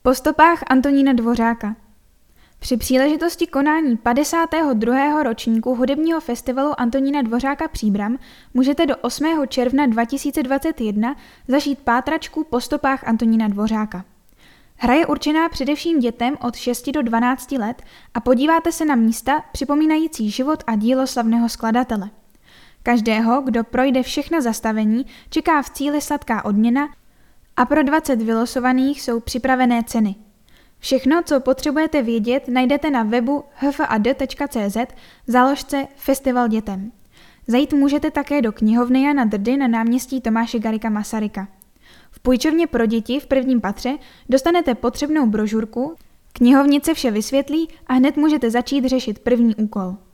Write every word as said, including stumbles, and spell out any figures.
Po stopách Antonína Dvořáka. Při příležitosti konání padesátého druhého ročníku hudebního festivalu Antonína Dvořáka Příbram můžete do osmého června dva tisíce dvacet jedna zažít pátračku po stopách Antonína Dvořáka. Hra je určená především dětem od šesti do dvanácti let a podíváte se na místa připomínající život a dílo slavného skladatele. Každého, kdo projde všechna zastavení, čeká v cíli sladká odměna a pro dvacet vylosovaných jsou připravené ceny. Všechno, co potřebujete vědět, najdete na webu h f a d tečka c z v záložce Festival dětem. Zajít můžete také do knihovny Jana Drdy na náměstí Tomáše Garrigua Masaryka. V půjčovně pro děti v prvním patře dostanete potřebnou brožurku, knihovnice vše vysvětlí a hned můžete začít řešit první úkol.